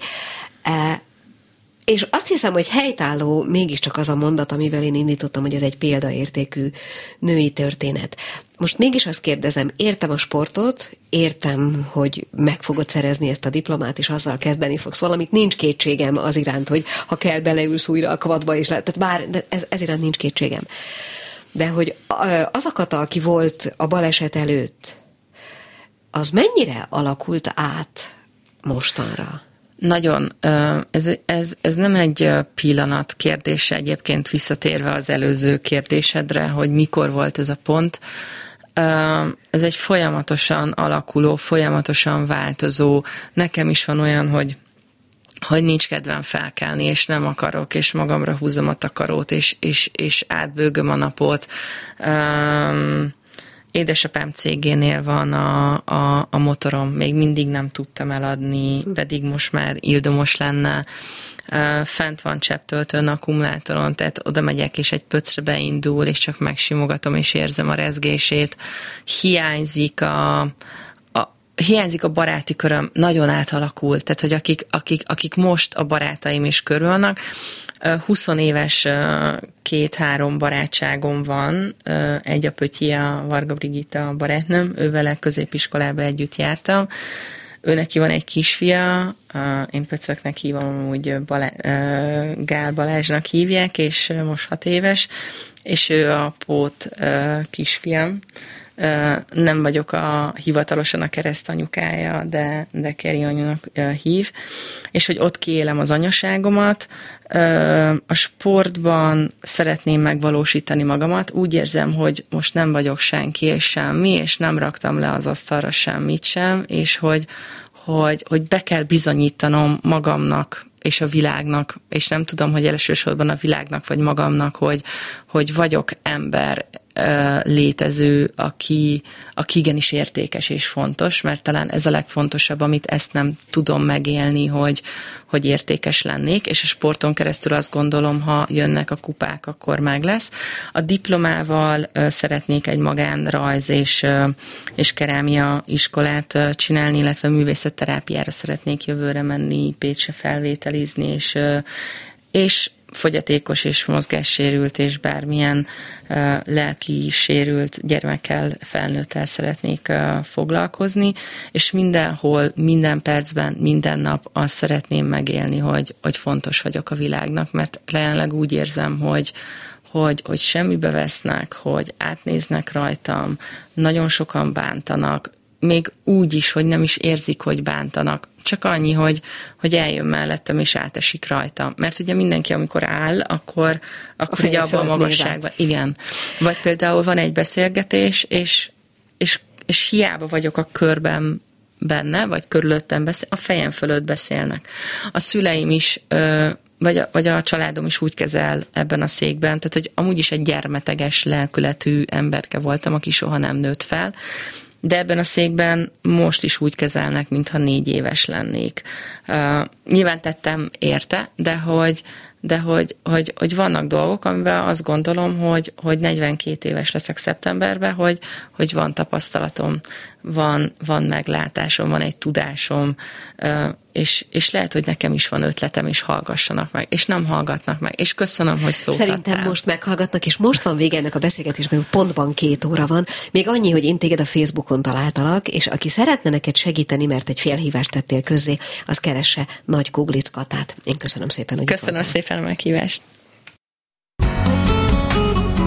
És azt hiszem, hogy helytálló mégiscsak az a mondat, amivel én indítottam, hogy ez egy példaértékű női történet. Most mégis azt kérdezem, értem a sportot, értem, hogy meg fogod szerezni ezt a diplomát, és azzal kezdeni fogsz valamit, nincs kétségem az iránt, hogy ha kell, beleülsz újra a kvadba, és tehát bár ez iránt nincs kétségem. De hogy az a Kata, aki volt a baleset előtt, az mennyire alakult át mostanra? Nagyon. Ez nem egy pillanat kérdése, egyébként visszatérve az előző kérdésedre, hogy mikor volt ez a pont. Ez egy folyamatosan alakuló, folyamatosan változó. Nekem is van olyan, hogy hogy nincs kedvem felkelni, és nem akarok, és magamra húzom a takarót, és átbőgöm a napot. Édesapám cégénél van a motorom, még mindig nem tudtam eladni, pedig most már ildomos lenne. Fent van csepptöltőn akkumulátoron, tehát oda megyek, és egy pöcre beindul, és csak megsimogatom, és érzem a rezgését. Hiányzik a baráti köröm, nagyon átalakult, tehát hogy akik most a barátaim is körül vannak, 20 éves 2-3 barátságom van, egy a Pötyi, a Varga Brigitta barátnőm, ővele középiskolába együtt jártam, ő neki van egy kisfia, én Pöcöknek hívom, úgy Gál Balázsnak hívják, és most 6 éves, és ő a pót kisfiam. Nem vagyok hivatalosan a keresztanyukája, de Keri anyunak hív, és hogy ott kiélem az anyaságomat, a sportban szeretném megvalósítani magamat, úgy érzem, hogy most nem vagyok senki és semmi, és nem raktam le az asztalra semmit sem, és hogy be kell bizonyítanom magamnak és a világnak, és nem tudom, hogy elsősorban a világnak vagy magamnak, hogy vagyok ember, létező, aki igenis értékes és fontos, mert talán ez a legfontosabb, amit ezt nem tudom megélni, hogy értékes lennék, és a sporton keresztül azt gondolom, ha jönnek a kupák, akkor meg lesz. A diplomával szeretnék egy magánrajz és kerámia iskolát csinálni, illetve művészetterápiára szeretnék jövőre menni, Pécsre felvételizni, és fogyatékos és mozgássérült és bármilyen lelki sérült gyermekkel, felnőttel szeretnék foglalkozni, és mindenhol, minden percben, minden nap azt szeretném megélni, hogy fontos vagyok a világnak, mert jelenleg úgy érzem, hogy semmibe vesznek, hogy átnéznek rajtam, nagyon sokan bántanak, még úgy is, hogy nem is érzik, hogy bántanak. Csak annyi, hogy eljön mellettem, és átesik rajta. Mert ugye mindenki, amikor áll, akkor ugye abban a magasságban. Igen. Vagy például van egy beszélgetés, és hiába vagyok a körben benne, vagy körülöttem a fejem fölött beszélnek. A szüleim is, vagy a családom is úgy kezel ebben a székben, tehát hogy amúgy is egy gyermeteges lelkületű emberke voltam, aki soha nem nőtt fel, de ebben a székben most is úgy kezelnek, mintha 4 éves lennék. Nyilván tettem érte, de hogy vannak dolgok, amiben azt gondolom, hogy 42 éves leszek szeptemberben, hogy van tapasztalatom, van meglátásom, van egy tudásom, és lehet, hogy nekem is van ötletem, és hallgassanak meg, és nem hallgatnak meg, és köszönöm, hogy szólhattál. Szerintem most meghallgatnak, és most van vége ennek a beszélgetésnek, pontban 2 óra van. Még annyi, hogy én téged a Facebookon találtalak, és aki szeretne neked segíteni, mert egy félhívást tettél közzé, az keresse Nagy Kuglic Katát. Én köszönöm szépen, hogy köszönöm szépen a meghívást.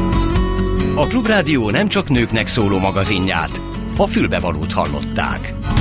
A Klubrádió nem csak nőknek szóló magazinját, a Fülbevalót hallották.